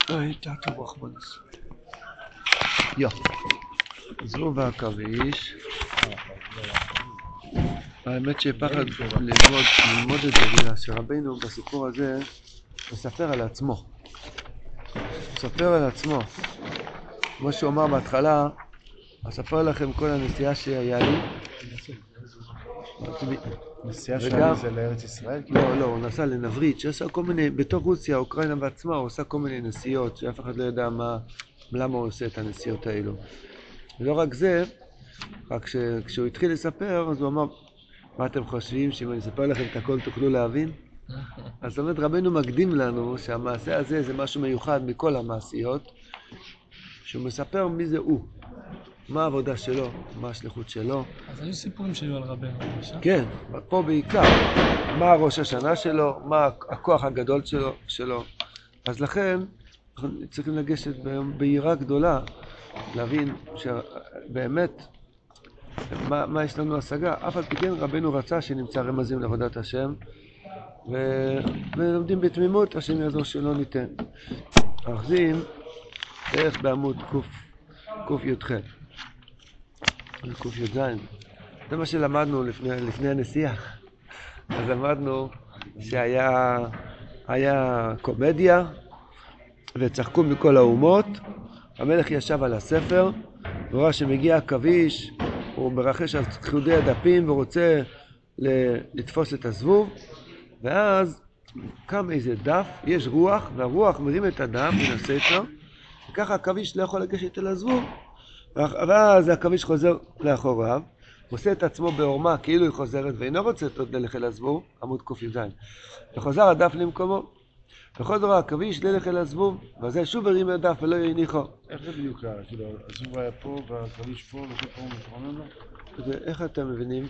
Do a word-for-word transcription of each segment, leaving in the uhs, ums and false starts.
הייתה טוב רחמנס. יו. זו והכביש. האמת שפחד ללמוד, ללמוד את זה בגלל שרבינו בסיפור הזה מספר על עצמו. מספר על עצמו. כמו שהוא אמר בהתחלה, אספר לכם כל הנסיעה שהיה לי. נסיעה שהיה זה לארץ ישראל? לא, לא, הוא נסע לנברית, שעשה כל מיני, בתוך רוסיה, אוקראינה בעצמה, הוא עשה כל מיני נסיעות, שאף אחד לא יודע מה, למה הוא עושה את הנסיעות האלו. ולא רק זה, רק כשהוא התחיל לספר, אז הוא אמר, מה אתם חושבים, שאם אני אספר לכם את הכל תוכלו להבין? אז זאת אומרת, רבנו מקדים לנו שהמעשה הזה זה משהו מיוחד מכל המעשיות, שהוא מספר מי זה הוא, מה העבודה שלו, מה השליחות שלו. אז היו סיפורים שהיו על רבנו. כן, פה בעיקר, מה ראש השנה שלו, מה הכוח הגדול שלו, שלו. אז לכן, אנחנו צריכים לגשת ביראה גדולה, להבין שבאמת, מה, מה יש לנו השגה. אף על פי כן רבנו רצה שנמצא רמזים לעבודת השם, ו... ולומדים בתמימות, השם יעזור שלא ניתן. אוחזים דרך בעמוד קוף י"ח. קוף י"ז. זה מה שלמדנו לפני, לפני הנסיעה. אז למדנו שהיה היה קומדיה וצחקו מכל האומות. המלך ישב על הספר וראה שמגיע הכביש, הוא מרחש על חיודי הדפים ורוצה לתפוס את הזבוב, ואז קם איזה דף, יש רוח, והרוח מרים את הדף ונעשה איתו, וככה הכביש לא יכול לגשת אל הזבוב, ואז הכביש חוזר לאחוריו, עושה את עצמו בעורמה כאילו היא חוזרת ואינו רוצה עוד ללך אל הזבוב, עמוד קוף י"ז, וחוזר הדף למקומו, וכל דבר הכביש ללך אל הזבוב, וזה שוב הרים את הדף ולא יניחו. איך זה בדיוק קרה? כאילו, הזבוב היה פה והכביש פה וכל פה הוא מתרומם לו? איך אתם מבינים?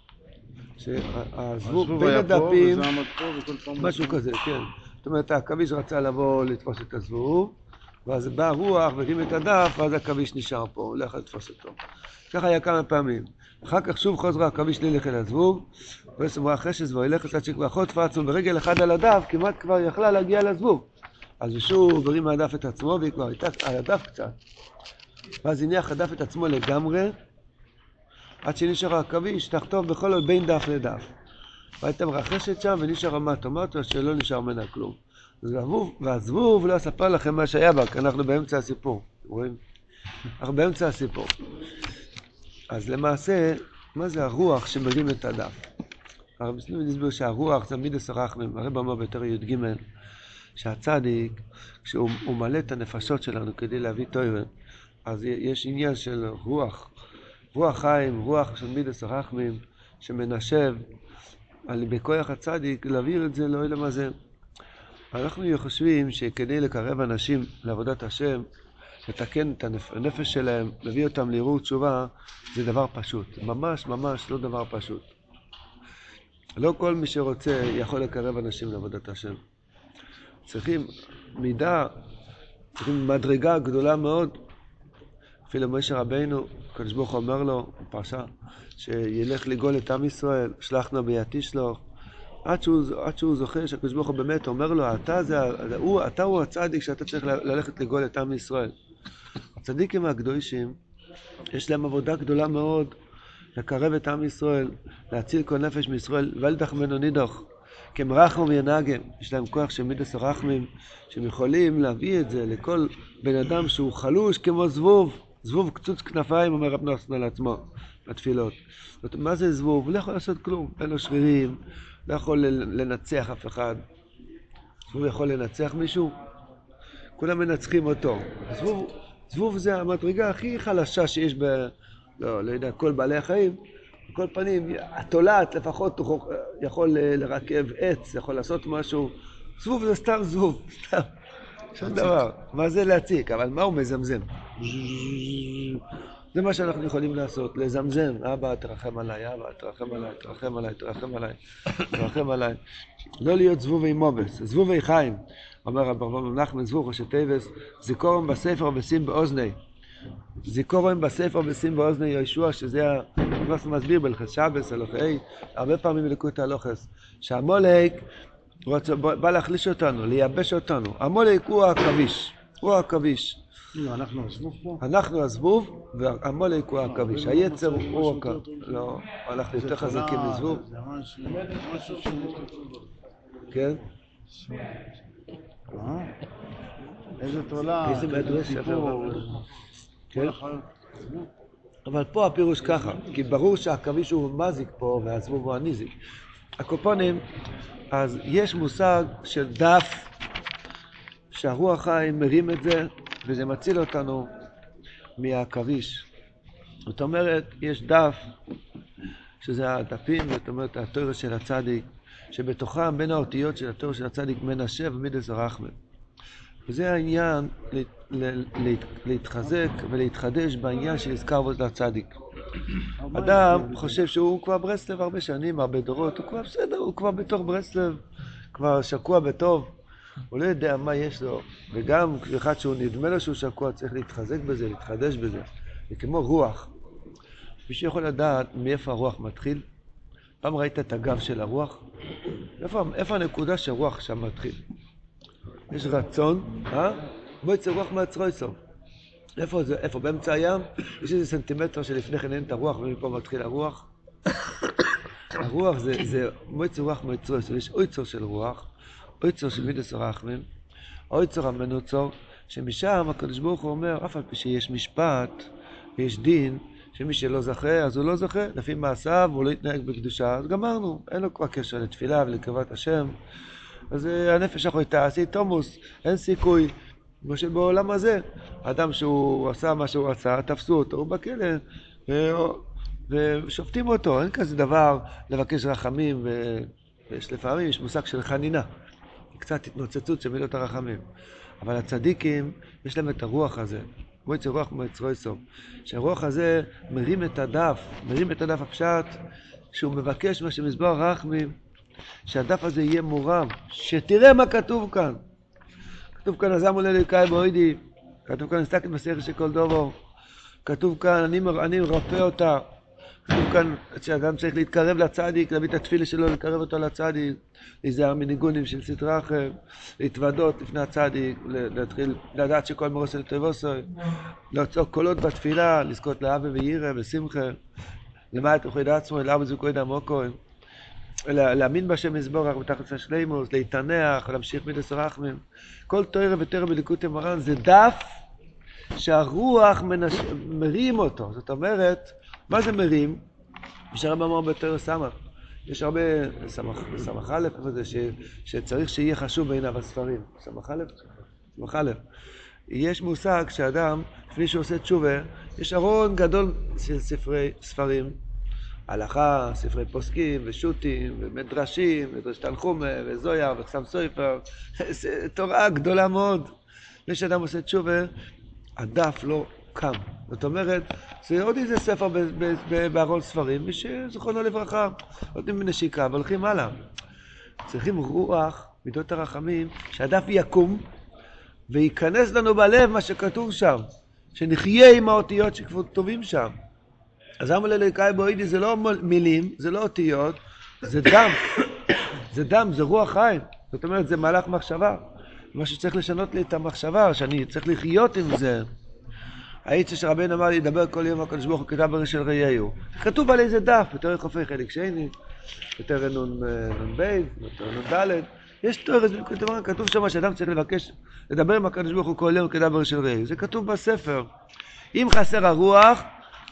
שהזבוב בין הדפים, משהו כזה, כן. זאת אומרת, הכביש רצה לבוא לתפוס את הזבוב, ואז בא רוח והרים את הדף, ואז הכביש נשאר פה, הוא לא יכול לתפוס אותו. ככה היה כמה פעמים. אחר כך שוב חוזר הכביש ללך אל הזבוב, וסמרה חשש והולכת עד שכבר חוד פרצנו ברגל אחד על הדף, כמעט כבר יכלה להגיע לזבוב. אז שוב הרים הדף את עצמו, והיא כבר הייתה על הדף קצת. ואז הניח הדף את עצמו לגמרי, עד שנשאר הכביש, תחתוב בכל עוד בין דף לדף. והייתה מרחשת שם ונשאר המטומטו שלא נשאר ממנה כלום. והזבוב לא אספר לכם מה שהיה בה, כי אנחנו באמצע הסיפור. רואים? אנחנו באמצע הסיפור. אז למעשה, מה זה הרוח שמרים את הדף? הרב מסלול נסביר שהרוח זה מידס הרחמים, הרב אמר ביותר י"ג, שהצדיק, כשהוא מלא את הנפשות שלנו כדי להביא תוירה, אז יש עניין של רוח, רוח חיים, רוח של מידס הרחמים, שמנשב על בכוח הצדיק להעביר את זה לעולם הזה. אנחנו חושבים שכדי לקרב אנשים לעבודת השם, לתקן את הנפש שלהם, להביא אותם לערעור תשובה, זה דבר פשוט. ממש ממש לא דבר פשוט. לא כל מי שרוצה יכול לקרב אנשים לעבודת השם. צריכים מידה, צריכים מדרגה גדולה מאוד. אפילו משה רבינו, הקדוש ברוך הוא אומר לו, פרשה, שילך לגאול את עם ישראל, שלחנו ביתי שלו, עד שהוא, עד שהוא זוכר שהקדוש ברוך הוא באמת אומר לו, אתה, זה, הוא, אתה הוא הצדיק שאתה צריך ללכת לגאול את עם ישראל. הצדיקים הקדושים, יש להם עבודה גדולה מאוד לקרב את עם ישראל, להציל כל נפש מישראל, ולדח מנו נידח, כמרחם וינגם. יש להם כוח של מידס הרחמים, שהם יכולים להביא את זה לכל בן אדם שהוא חלוש כמו זבוב, זבוב קצוץ כנפיים, אומר רב נוסן על עצמו, בתפילות. זאת אומרת, מה זה זבוב? הוא לא יכול לעשות כלום, אין לו שרירים, לא יכול לנצח אף אחד. זבוב יכול לנצח מישהו? כולם מנצחים אותו. זבוב, זבוב זה המדרגה הכי חלשה שיש ב... לא, לא יודע, כל בעלי החיים. בכל פנים, התולעת לפחות יכול לרכב עץ, יכול לעשות משהו. זבוב זה סתם זבוב, סתם. שום דבר. מה זה להציק? אבל מה הוא מזמזם? זה מה שאנחנו יכולים לעשות, לזמזם. אבא, תרחם עליי, אבא, תרחם עליי, תרחם עליי, תרחם עליי, תרחם עליי. לא להיות זבובי מובס, זבובי חיים. אומר רב אברהם נחמן זבוב ראשי תיבס, זיכורם בספר ושים באוזני. זיכורם בספר ושים באוזני ישוע, שזה מה שמסביר בלכס שבס, הלוכי, הרבה פעמים בליקוט הלוכס, שהמולק בא להחליש אותנו, לייבש אותנו. המולק הוא הכביש. הוא העכביש. אנחנו הזבוב פה? אנחנו הזבוב והמולק הוא העכביש. היצר הוא העכביש. לא, אנחנו יותר חזקים מזבוב. זה משהו שיש לצבוב. כן? איזה תולה, איזה מדרש סיפור. כן? אבל פה הפירוש ככה, כי ברור שהעכביש הוא מזיק פה והזבוב הוא הניזיק. הקופונים, אז יש מושג של דף שהרוח חיים מרים את זה וזה מציל אותנו מהעכביש. זאת אומרת, יש דף שזה הדפים, זאת אומרת התורה של הצדיק, שבתוכם בין האותיות של התורה של הצדיק מנשה ומידס הרחמים. וזה העניין להתחזק ולהתחדש בעניין של הזכרות לצדיק. אדם חושב שהוא כבר ברסלב הרבה שנים, הרבה דורות, הוא כבר בסדר, הוא כבר בתוך ברסלב, כבר שקוע בטוב, הוא לא יודע מה יש לו, וגם אחד שהוא נדמה לו שהוא שקוע צריך להתחזק בזה, להתחדש בזה. זה כמו רוח. מישהו יכול לדעת מאיפה הרוח מתחיל? פעם ראית את הגב של הרוח? איפה, איפה הנקודה שהרוח שם מתחיל? יש רצון, אה? בוא יצא רוח מעצרו יסוף. איפה זה? איפה? באמצע הים? יש איזה סנטימטר שלפני כן אין את הרוח ומפה מתחיל הרוח. הרוח זה, זה מועצר רוח מעצרו יסוף. יש אויצור של רוח, אויצור של מידס הרחמים, אויצור המנוצור, שמשם הקדוש ברוך הוא אומר, אף על פי שיש משפט ויש דין, שמי שלא זכה, אז הוא לא זכה, לפי מעשיו, הוא לא יתנהג בקדושה, אז גמרנו, אין לו כבר קשר לתפילה ולקרבת השם. אז הנפש החויטה, עשי תומוס, אין סיכוי. כמו שבעולם הזה, אדם שהוא עשה מה שהוא רצה, תפסו אותו, הוא בכלא, ושופטים אותו, אין כזה דבר לבקש רחמים, ויש לפעמים, יש מושג של חנינה, קצת התנוצצות של מילות הרחמים. אבל הצדיקים, יש להם את הרוח הזה, מועצר רוח מעצרו יסוף, שהרוח הזה מרים את הדף, מרים את הדף הפשט, שהוא מבקש מה שמסבר רחמים, שהדף הזה יהיה מורם, שתראה מה כתוב כאן. כתוב כאן, עזמו לליקאי בוידי, כתוב כאן, נסתכל מסכת של כל דובו, כתוב כאן, אני, אני מרפא אותה, כתוב כאן, שאדם צריך להתקרב לצדיק, להביא את התפילה שלו, לקרב אותו לצדיק, להיזהר מניגונים של סטרא אחר, להתוודות לפני הצדיק, להתחיל לדעת שכל מרוס אל תבוסוי, להוצאות קולות בתפילה, לזכות לאהבה ויראה ושמחה, למעט אוכד עצמו, אל אבו זוכוי דמוקו, להאמין בשם יזבורך בתחת השלימוס, להתענח, להמשיך מידס הרחמים. כל תורה ותורה בליקוטי מרן זה דף שהרוח מנש... מרים אותו. זאת אומרת, מה זה מרים? יש הרבה מאוד בתורה סמך. יש הרבה סמך, סמך א', זה ש... שצריך שיהיה חשוב בעיניו הספרים. סמך א'? סמך א'. יש מושג שאדם, לפני שהוא עושה תשובה, יש ארון גדול של ספרי ספרים. הלכה, ספרי פוסקים ושוטים ומדרשים, מדרש תנחומה וזויה וחסם סופר, תורה גדולה מאוד. לפני שאדם עושה תשובה, הדף לא קם. זאת אומרת, זה עוד איזה ספר בארון ספרים, מי שזכרונו לברכה, נותנים בנשיקה והולכים הלאה. צריכים רוח, מידות הרחמים, שהדף יקום וייכנס לנו בלב מה שכתוב שם, שנחיה עם האותיות שכתובים שם. אז אמר לליקאי בוידי זה לא מילים, זה לא אותיות, זה דם. זה דם, זה רוח חיים. זאת אומרת, זה מהלך מחשבה. מה שצריך לשנות לי את המחשבה, שאני צריך לחיות עם זה. הייתי שרבן אמר לי, ידבר כל יום הקדוש ברוך הוא כתב בראש של ראיהו. כתוב על איזה דף, בתורה חופי חלק שני, בתורה נון בייז, בתורה נון דלת. יש תורה, כתוב שם שאדם צריך לבקש, לדבר עם הקדוש ברוך הוא כל יום כתב בראש של ראיהו. זה כתוב בספר. אם חסר הרוח,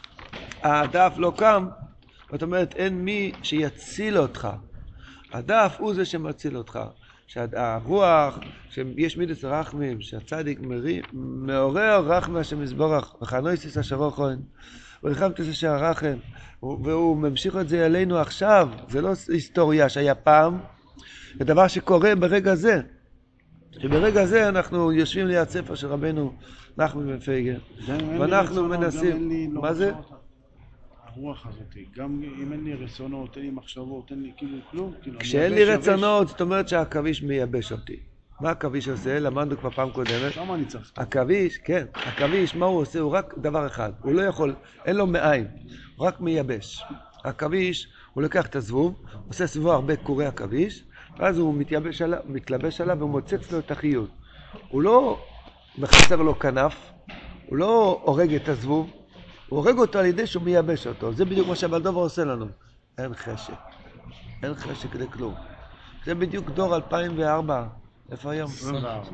הדף לא קם, זאת אומרת, אין מי שיציל אותך. הדף הוא זה שמציל אותך. שהרוח, שיש מידס רחמים, שהצדיק מעורר רחמי השם יזבורך, וחנויסיס אשרו כהן, ורחמתיס אשר הרחם, והוא ממשיך את זה אלינו עכשיו. זה לא היסטוריה שהיה פעם, זה דבר שקורה ברגע זה. שברגע זה אנחנו יושבים ליד ספר של רבנו נחמן בן פייגר, ואנחנו מנסים, מה זה? הרוח הזאת, גם אם אין לי רצונות, אין לי מחשבות, אין לי כאילו כלום. כשאין לי רצונות, זאת אומרת שהעכביש מייבש אותי. מה העכביש עושה? למדנו כבר פעם קודמת. למה אני צריך? העכביש, כן, העכביש, מה הוא עושה? הוא רק דבר אחד. הוא לא יכול, אין לו מאין, הוא רק מייבש. העכביש, הוא לוקח את הזבוב, עושה סביבו הרבה קורי עכביש, ואז הוא מתייבש עליו, מתלבש עליו ומוצץ לו את החיות. הוא לא וחסר לו כנף, הוא לא הורג את הזבוב, הוא הורג אותו על ידי שהוא מייבש אותו. זה בדיוק מה שהבלדובר עושה לנו. אין חשק. אין חשק לכלום. זה בדיוק דור אלפיים וארבע. איפה היום? עשרים וארבע.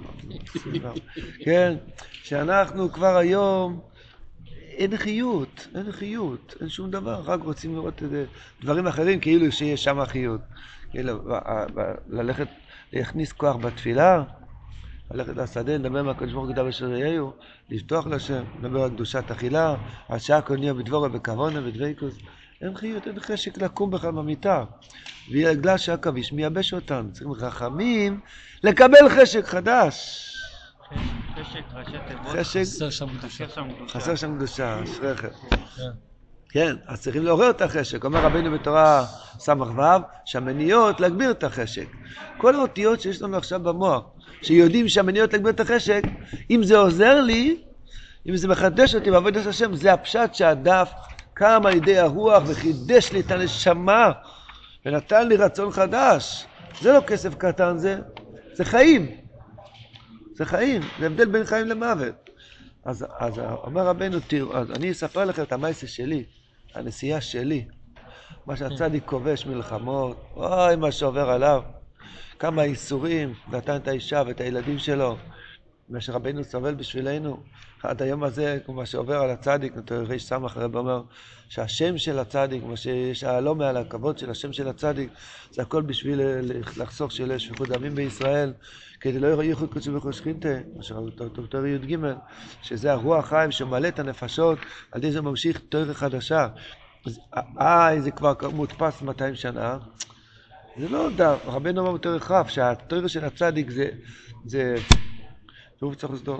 כן, שאנחנו כבר היום, אין חיות, אין חיות, אין שום דבר, רק רוצים לראות איזה דברים אחרים כאילו שיש שם חיות. כאילו, ללכת, להכניס כוח בתפילה, ללכת לשדה, לדבר מהקדוש ברוך הוא גדול אשר יהיו, לפתוח לשם, לדבר על קדושת אכילה, על שעה קוניה בדבורה בכוונה בדבקות. אין חיות, אין חשק לקום בכלל במיטה. בגלל שהעכביש מייבש אותנו, צריכים רחמים לקבל חשק חדש. חשק, ראשי תיבות. חשק, חסר שם קדושה. חסר שם קדושה, אשריכם. כן, אז צריכים לעורר את החשק. אומר רבינו בתורה סמך ו' שהמניעות להגביר את החשק. כל האותיות שיש לנו עכשיו במוח, שיודעים שהמניעות להגביר את החשק, אם זה עוזר לי, אם זה מחדש אותי בעבודת השם, זה הפשט שהדף קם על ידי הרוח וחידש לי את הנשמה ונתן לי רצון חדש. זה לא כסף קטן, זה, זה חיים. זה חיים, זה הבדל בין חיים למוות. אז, אז אומר רבנו, תראו, אז אני אספר לכם את המעשה שלי, הנסיעה שלי, מה שהצדיק כובש מלחמות, אוי, מה שעובר עליו, כמה איסורים, נתן את האישה ואת הילדים שלו, מה שרבנו סובל בשבילנו, עד היום הזה, כמו שעובר על הצדיק, ריש סמך רב אומר, שהשם של הצדיק, כמו שיש העלום מעל הכבוד של השם של הצדיק, זה הכל בשביל לחסוך של שפיכות דמים בישראל, כדי לא יראו ייחוד קודשו בכל שכינתה, מה שראו תורה י"ג, שזה הרוח חיים שמלא את הנפשות, על ידי זה ממשיך תורה חדשה. אז אה, זה כבר מודפס מאתיים שנה, זה לא יודע, רבנו אומר יותר רחב, שהתורה של הצדיק זה, זה, הוא צריך לסדור,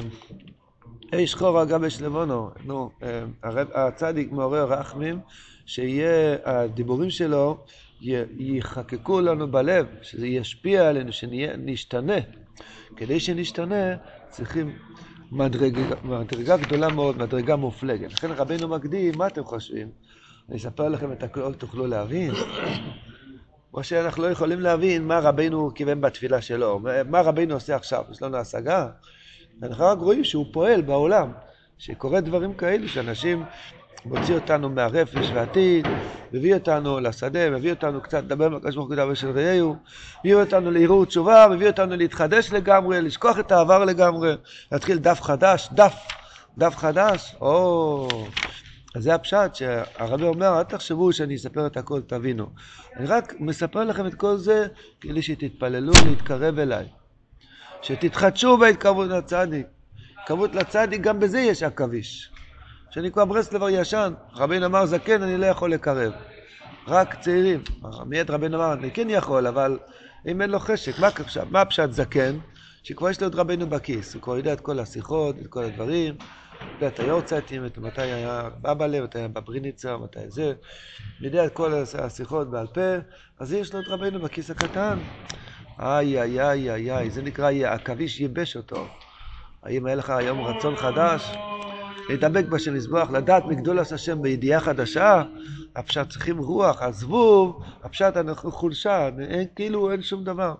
אי שחור אגב יש לבונו, נו, הצדיק מעורר רחמים, שיהיה, הדיבורים שלו יחקקו לנו בלב, שזה ישפיע עלינו, שנשתנה. כדי שנשתנה, צריכים מדרגה, מדרגה גדולה מאוד, מדרגה מופלגת. לכן רבינו מקדים, מה אתם חושבים? אני אספר לכם את הכל, תוכלו להבין. או שאנחנו לא יכולים להבין מה רבינו כיוון בתפילה שלו, מה רבינו עושה עכשיו, יש לנו השגה. אנחנו רק רואים שהוא פועל בעולם, שקורה דברים כאלו, שאנשים מוציא אותנו מהרפש והעתיד, מביא אותנו לשדה, מביא אותנו קצת לדבר מהקדוש ברוך הוא גדול אשר יהיו, מביא אותנו לערעור תשובה, מביא אותנו להתחדש לגמרי, לשכוח את העבר לגמרי, להתחיל דף חדש, דף, דף חדש, או... אז זה הפשט שהרבי אומר, אל תחשבו שאני אספר את הכל, תבינו. אני רק מספר לכם את כל זה, כדי שתתפללו להתקרב אליי. שתתחדשו בהתקרבות לצדיק. התקרבות לצדיק, גם בזה יש עכביש. שאני כבר ברסלבר ישן, רבינו אמר, זקן אני לא יכול לקרב. רק צעירים. מיד רבינו אמר, אני כן יכול, אבל אם אין לו חשק, מה, מה הפשט זקן? שכבר יש לו את רבינו בכיס. הוא כבר יודע את כל השיחות, את כל הדברים. יודע את היורצייטים, מתי היה אבא לב, מתי היה בבריניצה, מתי זה. יודע את כל השיחות בעל פה, אז יש לו את רבינו בכיס הקטן. איי, איי, איי, איי, איי, זה נקרא, עכביש ייבש אותו. האם היה לך היום רצון חדש? להתאבק בשם לזבוח, לדעת מגדולת השם בידיעה חדשה, הפשט צריכים רוח, הזבוב, הפשט אנחנו חולשה, אין, כאילו אין שום דבר.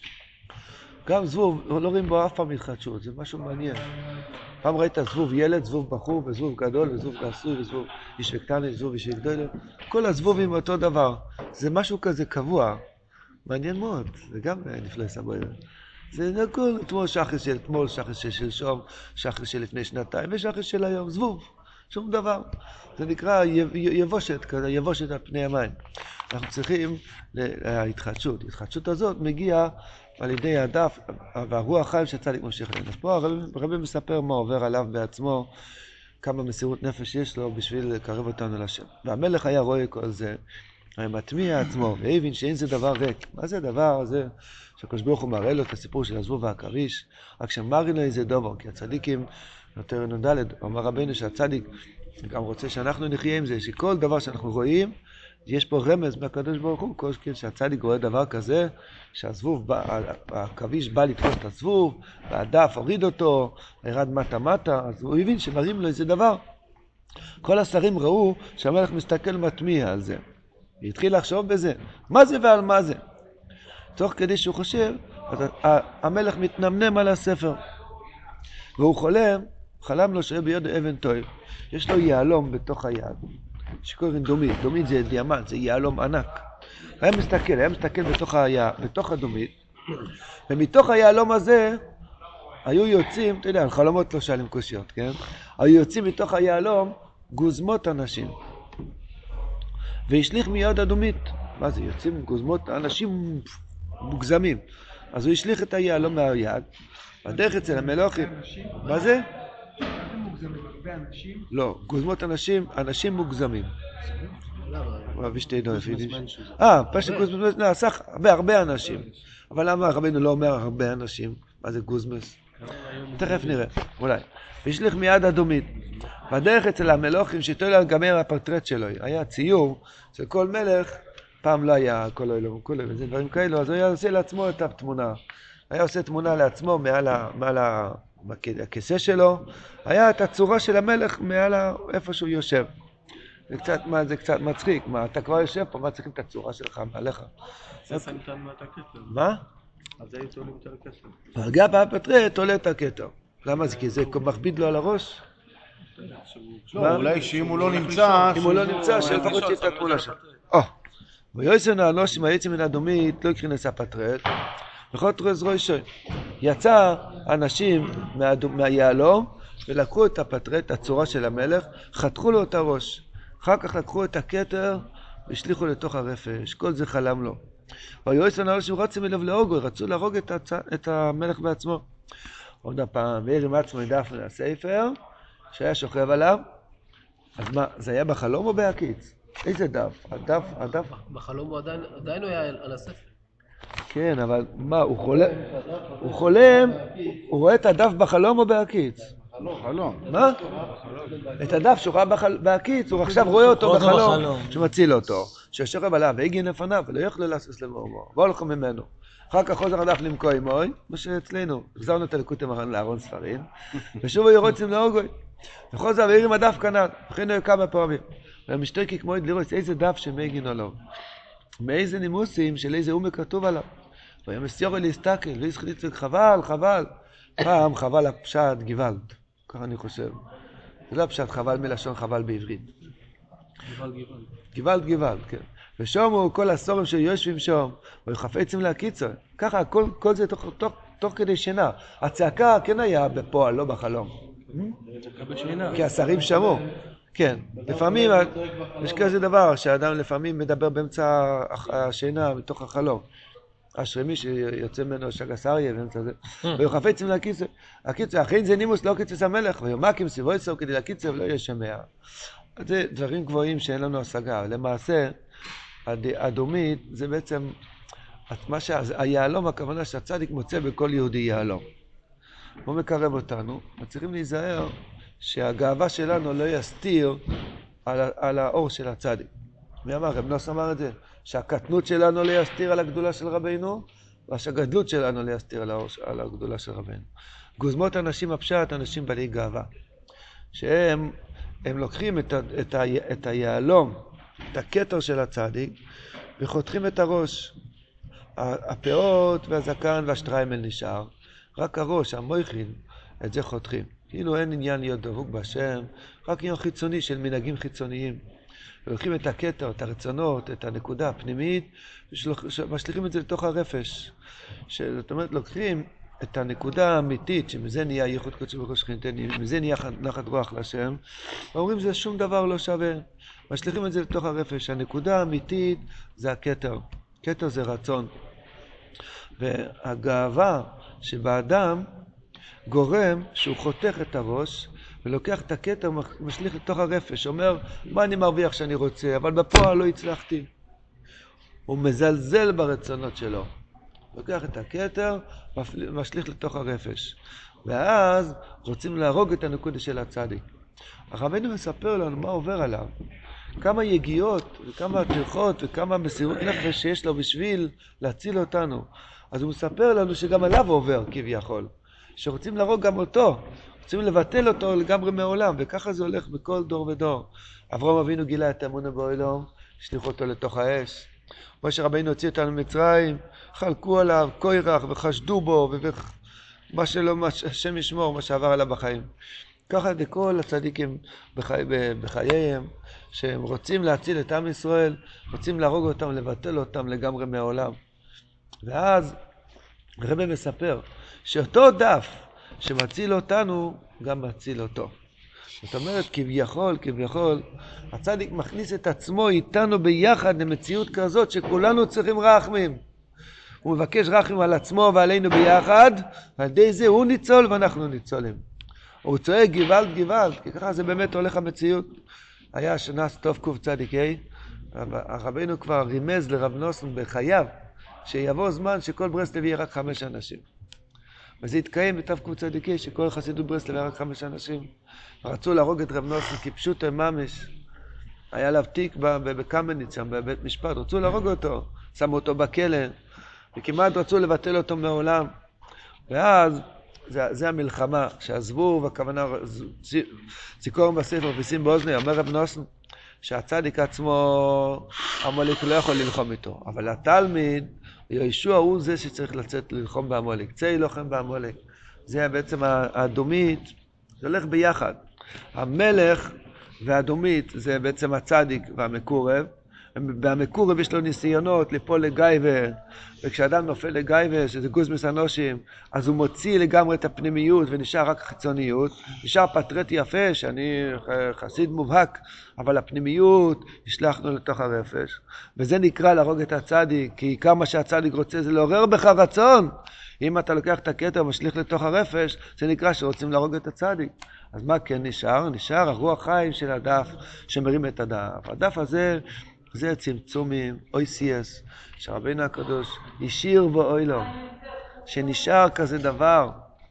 גם זבוב, לא רואים בו אף פעם התחדשות, זה משהו מעניין. פעם ראית זבוב ילד, זבוב בחור, וזבוב גדול, וזבוב גסוי, וזבוב איש וקטן, וזבוב איש וגדול. כל הזבובים אותו דבר. זה משהו כזה קבוע. מעניין מאוד, זה גם נפלא סבבה. זה הכל, אתמול שחס של אתמול, שחס של שלשום, שחס של לפני שנתיים, ושחס של היום, זבוב, שום דבר. זה נקרא יבושת, כזה, יבושת על פני המים. אנחנו צריכים להתחדשות. ההתחדשות הזאת מגיעה על ידי הדף והרוח חיים שהצדיק ממשיך להם. אז פה הרבי, הרבי מספר מה עובר עליו בעצמו, כמה מסירות נפש יש לו בשביל לקרב אותנו לשם. והמלך היה רואה כל זה, היה מטמיע עצמו, והבין שאין זה דבר ריק. מה זה הדבר הזה שהקדוש ברוך הוא מראה לו את הסיפור של הזבוב והעכביש? רק שמראים לו איזה דובר, כי הצדיקים, יותר נ"ד, אומר רבינו שהצדיק גם רוצה שאנחנו נחיה עם זה, שכל דבר שאנחנו רואים, יש פה רמז מהקדוש ברוך הוא, כל שכן שהצדיק רואה דבר כזה, שהזבוב, העכביש בא לתפוס את הזבוב, והדף הוריד אותו, ירד מטה מטה, אז הוא הבין שמראים לו איזה דבר. כל השרים ראו שהמלך מסתכל מטמיע על זה. והתחיל לחשוב בזה, מה זה ועל מה זה. תוך כדי שהוא חושב, המלך מתנמנם על הספר. והוא חולם, חלם לו שיהיה ביד אבן טוב. יש לו יהלום בתוך היד, שקוראים דומית. דומית זה דיאמנט, זה יהלום ענק. היה מסתכל, היה מסתכל בתוך, היה, בתוך הדומית, ומתוך היהלום הזה היו יוצאים, אתה יודע, חלומות לא שואלים קושיות, כן? היו יוצאים מתוך היהלום גוזמות אנשים. והשליך מיד הדומית. מה זה? יוצאים גוזמות אנשים מוגזמים. אז הוא השליך את היהלום מהיד, בדרך אצל המלוכים. מה זה? לא, גוזמות אנשים, אנשים מוגזמים. אה, פשוט גוזמות, נעסך הרבה הרבה אנשים. אבל למה רבינו לא אומר הרבה אנשים? מה זה גוזמס? תכף נראה, אולי. והשליך מיד הדומית. בדרך אצל המלוכים שתו לה גם הפרטרט שלו. היה ציור של כל מלך, פעם לא היה כל אילו, כל אילו, זה דברים כאלו, אז הוא היה עושה לעצמו את התמונה. היה עושה תמונה לעצמו מעל, ה, מעל ה, הכיסא שלו, היה את הצורה של המלך מעל ה, איפה שהוא יושב. זה קצת, מה, זה קצת מצחיק, מה, אתה כבר יושב פה, מה צריכים את הצורה שלך מעליך? זה סמטן מה את הכתר. מה? אז זה היית עולים את הכתר. הרגע בהפטרט עולה את הכתר. למה זה? כי זה מכביד לו על הראש? לא, אולי שאם הוא לא נמצא... אם הוא לא נמצא, שלפחות שיהיה את התמונה שלו. או, ויועסן האנושים היצא מן הדומית, לא יקרינס הפטרט, וכל תרוז רוישוי. יצא אנשים מהיהלום, ולקחו את הפטרט, הצורה של המלך, חתכו לו את הראש. אחר כך לקחו את הכתר, והשליחו לתוך הרפש. כל זה חלם לו. ויועסן האנושים רצו מלב להוגו, רצו להרוג את, הצ... את המלך בעצמו. עוד הפעם, והרים עצמו דף מן הספר, שהיה שוכב עליו. אז מה, זה היה בחלום או בהקיץ? איזה דף? הדף, הדף... בחלום הוא עדיין, עדיין הוא היה על הספר. כן, אבל מה, הוא חולם? הוא חולם, הוא רואה את הדף בחלום או בהקיץ? חלום. מה? את הדף שהוא ראה בהקיץ, הוא עכשיו רואה אותו בחלום, שמציל אותו. שישוכב עליו והגיע לפניו, ולא יוכלו לעשות למומו. והולכו ממנו. אחר כך חוזר הדף למקו אימוי, מה שאצלנו, החזרנו את הליקוטי מרן לארון ספרים, ושוב היו רוצים להוגוי. וחוזר והרים הדף כנ"ל, הכינו כמה פעמים. והמשתוקי כמו לראות איזה דף שמגין עליו. מאיזה נימוסים של איזה עומק כתוב עליו. והיה מסיורי להסתכל, והסחיל לצלק חבל, חבל. פעם חבל הפשט גוואלד, ככה אני חושב. זה לא הפשט חבל מלשון חבל בעברית. גוואלד גוואלד. גוואלד גוואלד, כן. ושום הוא כל הסורים שיושבים שם, וחפצים להקיצר. ככה, כל, כל זה תוך, תוך, תוך כדי שינה. הצעקה כן היה בפועל, לא בחלום. כי השרים שמעו. כן, לפעמים יש כזה דבר שאדם לפעמים מדבר באמצע השינה מתוך החלום. אשרמי שיוצא ממנו שגס אריה באמצע זה. ויוחפצים להקיצר. הקיצר, אחרי זה נימוס לא קיצץ המלך, ויומקים סיבו יסור כדי להקיצר ולא יהיה שמע. זה דברים גבוהים שאין לנו השגה. למעשה, הדומית זה בעצם, מה שהיהלום, הכוונה שהצדיק מוצא בכל יהודי יהלום. הוא מקרב אותנו, צריכים להיזהר שהגאווה שלנו לא יסתיר על, על האור של הצדיק. מי אמר? רב נוס אמר את זה, שהקטנות שלנו לא יסתיר על הגדולה של רבינו, ושהגדלות שלנו לא יסתיר על, האור, על הגדולה של רבינו. גוזמות אנשים הפשט, אנשים בעלי גאווה, שהם הם לוקחים את, ה, את, ה, את היהלום, את הכתר של הצדיק, וחותכים את הראש. הפאות והזקן והשטריימל נשאר, רק הראש, המויכין, את זה חותכים. כאילו אין עניין להיות דבוק בשם, רק עניין חיצוני של מנהגים חיצוניים. ולוקחים את הכתר, את הרצונות, את הנקודה הפנימית, ומשליכים את זה לתוך הרפש. זאת אומרת, לוקחים את הנקודה האמיתית, שמזה נהיה ייחוד קודשי בראש שכינתני, מזה נהיה נחת רוח לשם, ואומרים זה שום דבר לא שווה. משליכים את זה לתוך הרפש. הנקודה האמיתית זה הכתר. כתר זה רצון. והגאווה שבאדם גורם שהוא חותך את הראש ולוקח את הכתר ומשליך לתוך הרפש. אומר, מה אני מרוויח שאני רוצה, אבל בפועל לא הצלחתי. הוא מזלזל ברצונות שלו. לוקח את הכתר ומשליך לתוך הרפש. ואז רוצים להרוג את הנקודה של הצדיק. הרבנו מספר לנו מה עובר עליו. כמה יגיעות וכמה טרחות וכמה מסירות נפש שיש לו בשביל להציל אותנו. אז הוא מספר לנו שגם עליו עובר כביכול. שרוצים להרוג גם אותו. רוצים לבטל אותו לגמרי מעולם. וככה זה הולך בכל דור ודור. אברהם אבינו גילה את אמונה באלוהים, השליחו אותו לתוך האש. משה רבינו הוציא אותנו ממצרים, חלקו עליו, קוירח וחשדו בו. ו... מה שלא, מה השם ישמור, מה שעבר עליו בחיים. ככה לכל הצדיקים בחי, בחייהם, שהם רוצים להציל את עם ישראל, רוצים להרוג אותם, לבטל אותם לגמרי מהעולם. ואז הרב מספר שאותו דף שמציל אותנו, גם מציל אותו. זאת אומרת, כביכול, כביכול, הצדיק מכניס את עצמו איתנו ביחד למציאות כזאת שכולנו צריכים רחמים. הוא מבקש רחמים על עצמו ועלינו ביחד, ועל ידי זה הוא ניצול ואנחנו ניצולים. הוא צועק גוואלד גוואלד, כי ככה זה באמת הולך המציאות. היה שנת טוב קוף צדיק, אה? הרבינו כבר רימז לרב נוסון בחייו, שיבוא זמן שכל ברסלב יהיה רק חמש אנשים. וזה התקיים בתו קוף צדיק, שכל חסידות ברסלב יהיה רק חמש אנשים. רצו להרוג את רב נוסון, כי פשוט ממש. היה עליו תיק בקמניץ שם, בבית משפט, רצו להרוג אותו, שמו אותו בכלא, וכמעט רצו לבטל אותו מעולם. ואז, זה, זה המלחמה, שעזבו, והכוונה, זיכרון בספר, ופיסים באוזני, אומר רב נוסון, שהצדיק עצמו, המוליק לא יכול ללחום איתו, אבל התלמיד, יהושע הוא זה שצריך לצאת ללחום בהמוליק, צא ללחם בהמוליק. זה בעצם האדומית, זה הולך ביחד. המלך והאדומית זה בעצם הצדיק והמקורב, והמקורב יש לו ניסיונות ליפול לגייבה, וכשאדם נופל לגייבה, שזה גוזמס אנושים, אז הוא מוציא לגמרי את הפנימיות ונשאר רק החיצוניות, נשאר פטרט יפה, שאני חסיד מובהק, אבל הפנימיות השלחנו לתוך הרפש, וזה נקרא להרוג את הצדיק, כי כמה שהצדיק רוצה זה לעורר בך רצון. אם אתה לוקח את הכתר ומשליך לתוך הרפש, זה נקרא שרוצים להרוג את הצדיק. אז מה כן נשאר? נשאר הרוח חיים של הדף שמרים את הדף. הדף הזה זה צמצומים, אוי סייס, שרבינו הקדוש השאיר ואוי לו, שנשאר כזה דבר,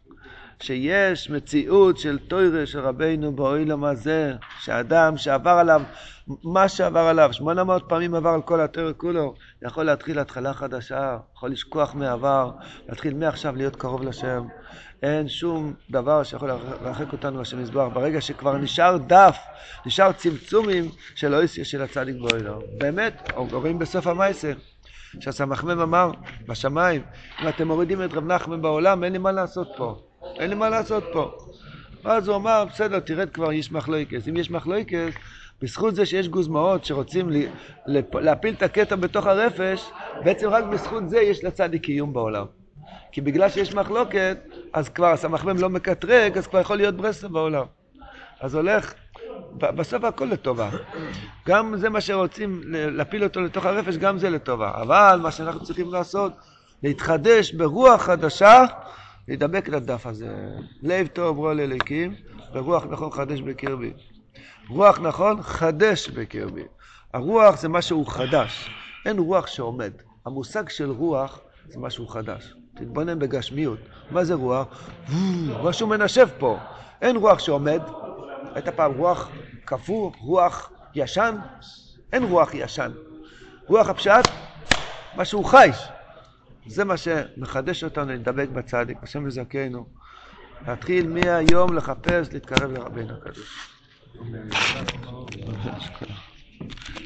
שיש מציאות של תורה של רבינו באוי לו מה זה, שהאדם שעבר עליו, מה שעבר עליו, שמונה מאות פעמים עבר על כל התורה כולו, יכול להתחיל התחלה חדשה, יכול לשכוח מעבר, להתחיל מעכשיו להיות קרוב לשם. אין שום דבר שיכול להרחק אותנו לשם יזבח. ברגע שכבר נשאר דף, נשאר צמצומים של אויסיה של הצדיק באוילו. באמת, רואים בסוף המייסה, שהסמ"ם אמר בשמיים, אם אתם מורידים את רב נחמן בעולם, אין לי מה לעשות פה. אין לי מה לעשות פה. ואז הוא אמר, בסדר, תרד כבר, יש מחלוקס. אם יש מחלוקס, בזכות זה שיש גוזמאות שרוצים להפיל את הקטע בתוך הרפש, בעצם רק בזכות זה יש לצדיק קיום בעולם. כי בגלל שיש מחלוקת, אז כבר הסמ"ם לא מקטרג, אז כבר יכול להיות ברסלב בעולם. אז הולך, בסוף הכל לטובה. גם זה מה שרוצים להפיל אותו לתוך הרפש, גם זה לטובה. אבל מה שאנחנו צריכים לעשות, להתחדש ברוח חדשה, להידבק לדף הזה. לב טוב רוא לאלוקים, ורוח נכון חדש בקרבי. רוח נכון חדש בקרבי. הרוח זה משהו חדש. אין רוח שעומד. המושג של רוח זה משהו חדש. תתבונן בגשמיות. מה זה רוח? משהו מנשב פה. אין רוח שעומד. הייתה פעם רוח קפוא, רוח ישן. אין רוח ישן. רוח הפשט, משהו חי. זה מה שמחדש אותנו לדבק בצדיק. השם יזכנו. להתחיל מהיום לחפש, להתקרב לרבינו הקדוש.